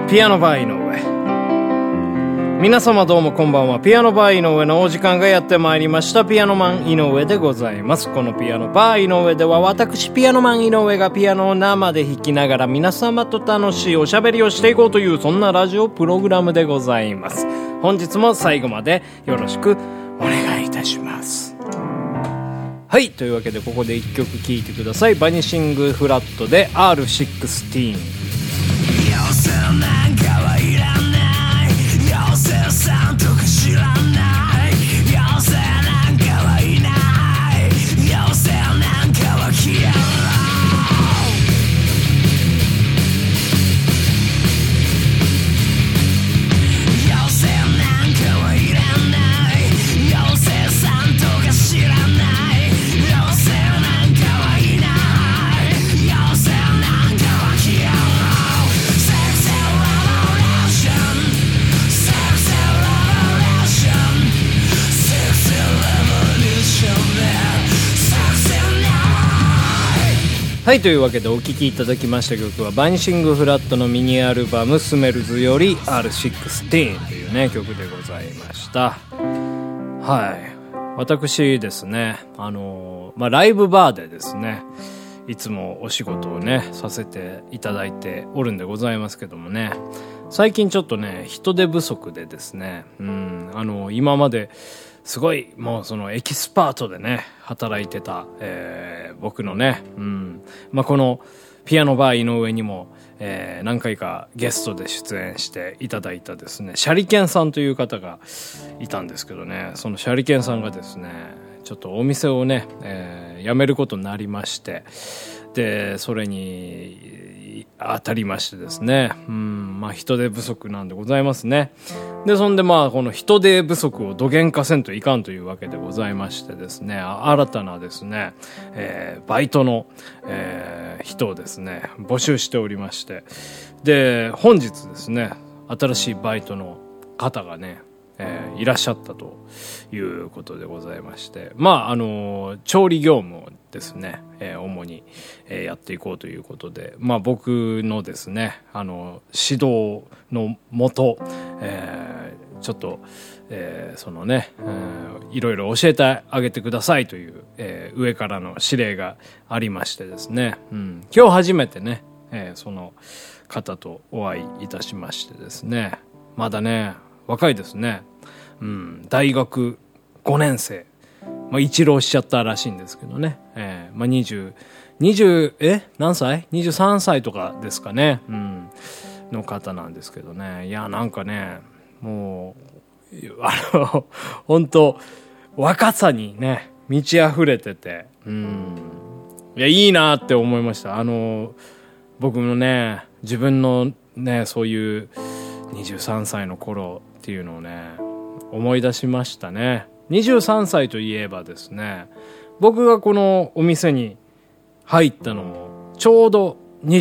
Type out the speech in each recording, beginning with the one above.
ピアノバー井上。皆様どうもこんばんは。ピアノバー井上のお時間がやってまいりました。ピアノマン井上でございます。このピアノバー井上では、私ピアノマン井上がピアノを生で弾きながら皆様と楽しいおしゃべりをしていこうという、そんなラジオプログラムでございます。本日も最後までよろしくお願いいたします。はい、というわけでここで一曲聴いてください。バニシングフラットで R16。 妖精なんかはいらない、妖精さんとか知らない、妖精なんかはいない、妖精なんかは嫌い、妖精なんかはいらない、妖精さんとか知らない、妖精なんかはいない、妖精なんかは嫌い。 はい、というわけでお聴きいただきました曲はバニシングフラットのミニアルバムスメルズより R16 というね曲でございました。はい、私ですね、ライブバーでですね、いつもお仕事をねさせていただいておるんでございますけどもね、最近ちょっとね人手不足でですね、今まですごいもうそのエキスパートでね働いてた、僕のね、このピアノバー井上にも、何回かゲストで出演していただいたですねシャリケンさんという方がいたんですけどね、そのシャリケンさんがですねちょっとお店をね、辞めることになりまして、でそれに当たりましてですね、人手不足なんでございますね。でそんでこの人手不足をどげんかせんといかんというわけでございましてですね、新たなですね、バイトの、人をですね募集しておりまして、で本日ですね新しいバイトの方がね、いらっしゃったということでございまして、調理業務をですね、主に、やっていこうということで、僕のですね指導のもと、ちょっと、そのね、いろいろ教えてあげてくださいという、上からの指令がありましてですね、今日初めてね、その方とお会いいたしましてですね、まだね若いですね、大学5年生、一浪しちゃったらしいんですけどね、20何歳 ?23 歳とかですかね、の方なんですけどね、いやなんかねもう本当若さにね満ち溢れてて、いやいいなって思いました。僕のね自分のねそういう23歳の頃っていうのをね思い出しましたね。23歳といえばですね、僕がこのお店に入ったのもちょうど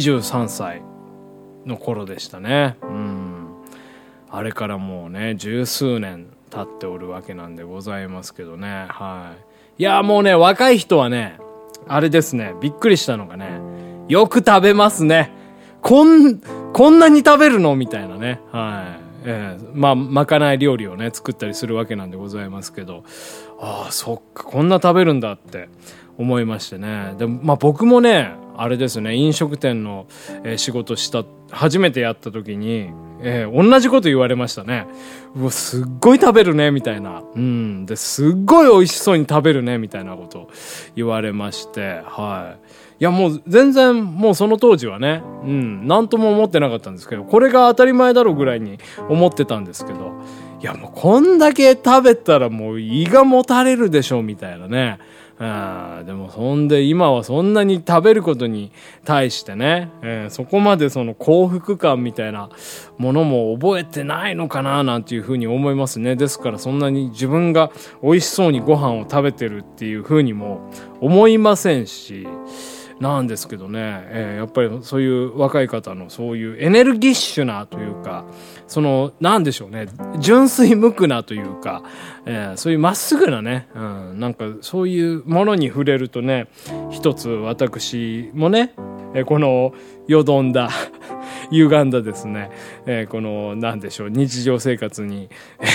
23歳の頃でしたね。あれからもうね十数年経っておるわけなんでございますけどね、いやもうね若い人はねあれですね、びっくりしたのがね、よく食べますね。こんなに食べるのみたいなね、まかない料理をね作ったりするわけなんでございますけど、そっかこんな食べるんだって思いましてね。で僕もねあれですね、飲食店の、仕事初めてやった時に、同じこと言われましたね。うわすっごい食べるねみたいな、ですっごい美味しそうに食べるねみたいなこと言われまして、いやもう全然もうその当時はね、なんとも思ってなかったんですけど、これが当たり前だろうぐらいに思ってたんですけど、いやもうこんだけ食べたらもう胃がもたれるでしょみたいなね。でもそんで今はそんなに食べることに対してね、そこまでその幸福感みたいなものも覚えてないのかななんていうふうに思いますね。ですからそんなに自分が美味しそうにご飯を食べてるっていうふうにも思いませんし、なんですけどね、やっぱりそういう若い方のそういうエネルギッシュなというか、そのなんでしょうね、純粋無垢なというか、そういうまっすぐなね、なんかそういうものに触れるとね、一つ私もね、このよどんだ歪んだですね、このなんでしょう、日常生活に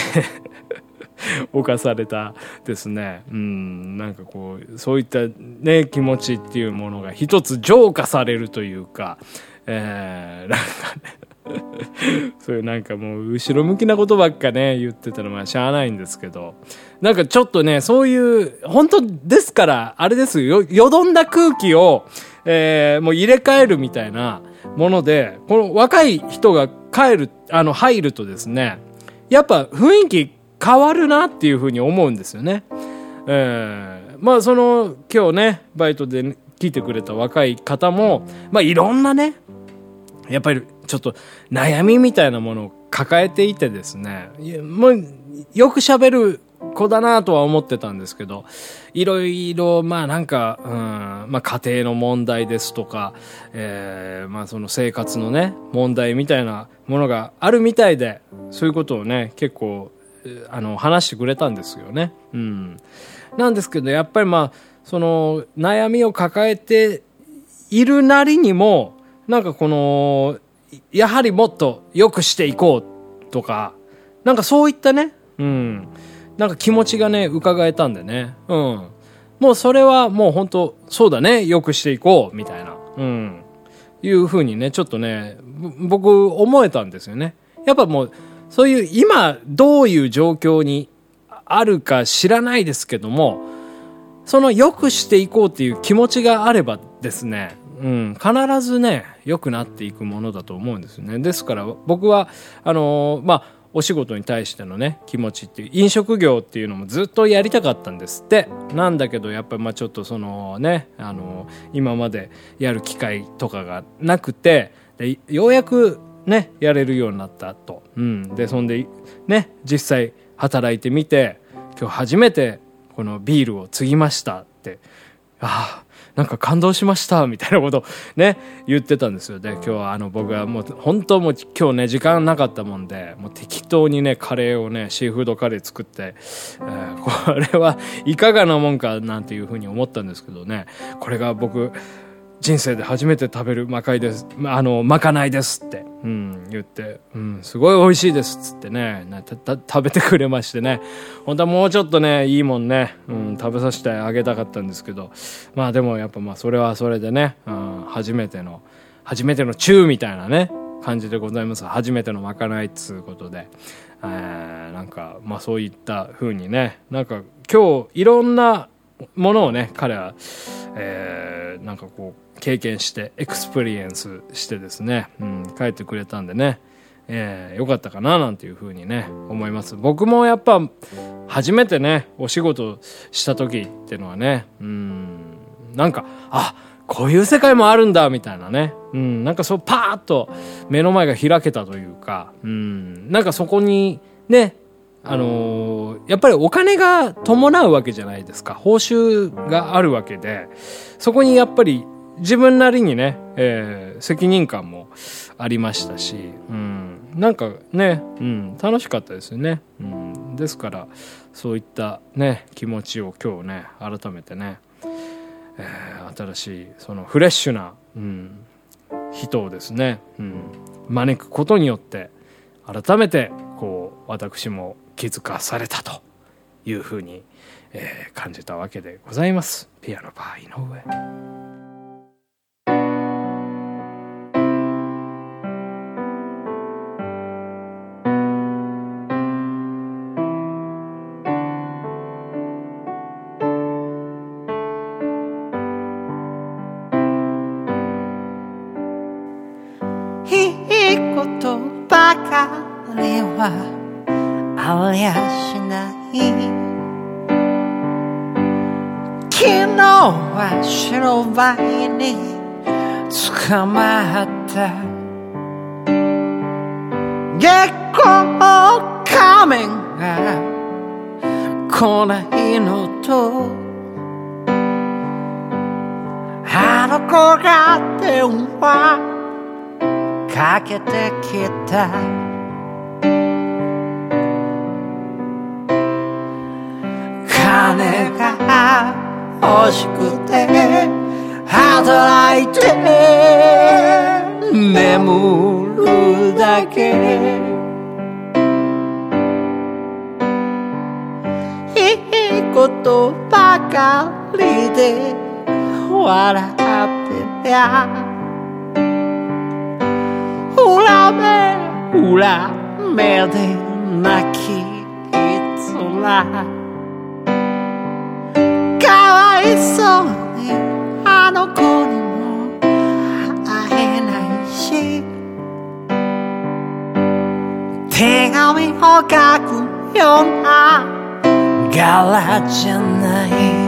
侵されたですね、なんかこうそういったね気持ちっていうものが一つ浄化されるというか、なんかねそういうなんかもう後ろ向きなことばっかね言ってたらまあしゃあないんですけど、なんかちょっとねそういう本当ですからあれですよ、よどんだ空気を、もう入れ替えるみたいなもので、この若い人が入るとですね、やっぱ雰囲気変わるなっていうふうに思うんですよね。まあその今日ねバイトで聞いてくれた若い方もまあいろんなねやっぱりちょっと悩みみたいなものを抱えていてですね、もうよく喋る子だなとは思ってたんですけど、いろいろまあなんか、まあ家庭の問題ですとか、まあその生活のね問題みたいなものがあるみたいで、そういうことをね結構話してくれたんですよね。なんですけどやっぱりまあその悩みを抱えているなりにもなんかこのやはりもっと良くしていこうとか、なんかそういったね、なんか気持ちがね伺えたんでね、もうそれはもう本当そうだね、良くしていこうみたいな、いう風にねちょっとね僕思えたんですよね。やっぱもうそういう今どういう状況にあるか知らないですけども、その良くしていこうっていう気持ちがあればですね、必ずね良くなっていくものだと思うんですよね。ですから僕はまあお仕事に対してのね気持ちっていう飲食業っていうのもずっとやりたかったんですって。なんだけどやっぱりまあちょっとそのね今までやる機会とかがなくて、でようやくねやれるようになったと、でそんでね実際働いてみて今日初めてこのビールを継ぎましたって、なんか感動しましたみたいなことをね言ってたんですよ。で今日は僕はもう本当もう今日ね時間なかったもんでもう適当にねカレーをねシーフードカレー作って、これはいかがなもんかなんていうふうに思ったんですけどね、これが僕人生で初めて食べるまかないですって、言って、すごい美味しいですっつってね食べてくれましてね、本当はもうちょっとねいいもんね、食べさせてあげたかったんですけど、まあでもやっぱまあそれはそれでね、初めての中みたいなね感じでございます。初めてのまかないっつうことで、なんかまあそういった風にね、なんか今日いろんなものをね彼は、なんかこう経験してエクスペリエンスしてですね、帰ってくれたんでね、よかったかななんていうふうにね思います。僕もやっぱ初めてねお仕事した時っていうのはね、なんかこういう世界もあるんだみたいなね、なんかそうパーッと目の前が開けたというか、なんかそこにねやっぱりお金が伴うわけじゃないですか。報酬があるわけで、そこにやっぱり自分なりにね、責任感もありましたし、なんかね、楽しかったですよね。ですからそういったね気持ちを今日ね改めてね、新しいそのフレッシュな、人をですね、招くことによって改めてこう私も気づかされたというふうに、感じたわけでございます。ピアノバー井上。 いいことばかりはありゃしない。昨日は白バイに捕まった月光仮面が来ないのと、あの子が電話かけてきた。金が欲しくて働いて眠で笑ってりゃ裏目で泣きつらかわいそうにあの子にも会えないし手紙を書くような柄じゃない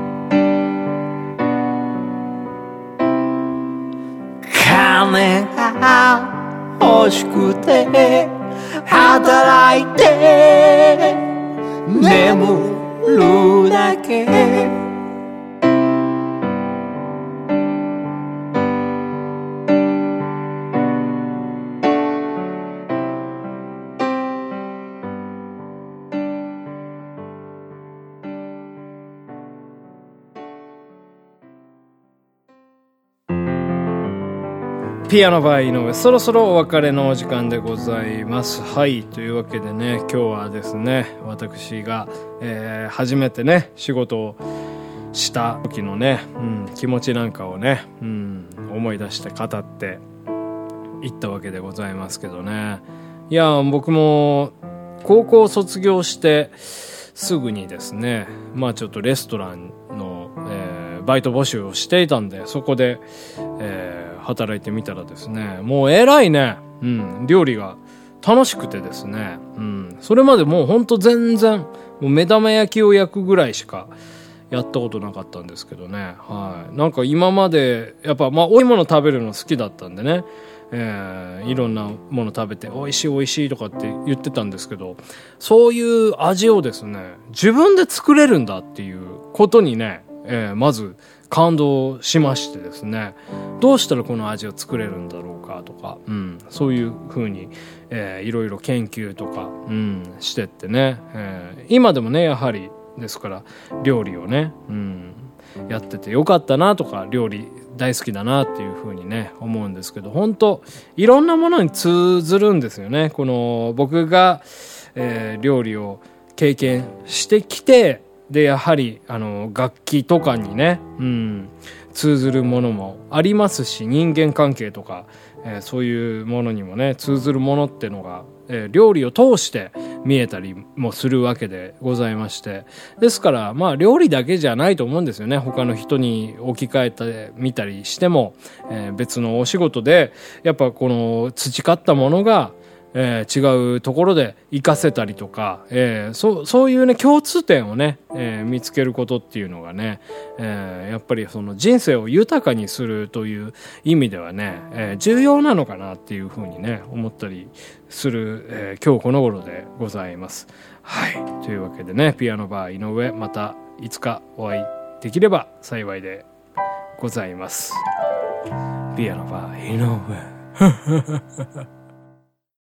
金が欲しくて働いて眠るだけピアノバー井上、そろそろお別れのお時間でございます。はい、というわけでね、今日はですね、私が、初めてね仕事をした時のね、気持ちなんかをね、思い出して語っていったわけでございますけどね。いや僕も高校卒業してすぐにですね、ちょっとレストランの、バイト募集をしていたんで、そこで、働いてみたらですね、もう偉いね、料理が楽しくてですね、それまでもうほんと全然もう目玉焼きを焼くぐらいしかやったことなかったんですけどね、なんか今までやっぱ美味しいもの食べるの好きだったんでね、いろんなもの食べて美味しい美味しいとかって言ってたんですけど、そういう味をですね自分で作れるんだっていうことにね、まず感動しましてですね、どうしたらこの味を作れるんだろうかとか、そういう風に、いろいろ研究とか、してってね、今でもねやはりですから料理をね、やっててよかったなとか、料理大好きだなっていう風にね思うんですけど、本当いろんなものに通ずるんですよね。この僕が、料理を経験してきて、でやはり楽器とかにね、通ずるものもありますし、人間関係とか、そういうものにもね通ずるものってのが、料理を通して見えたりもするわけでございまして、ですから料理だけじゃないと思うんですよね。他の人に置き換えてみたりしても、別のお仕事でやっぱこの培ったものが違うところで活かせたりとか、そういうね共通点をね、見つけることっていうのがね、やっぱりその人生を豊かにするという意味ではね、重要なのかなっていうふうにね思ったりする、今日この頃でございます。はい、というわけでね、ピアノバー井上、またいつかお会いできれば幸いでございます。ピアノバー井上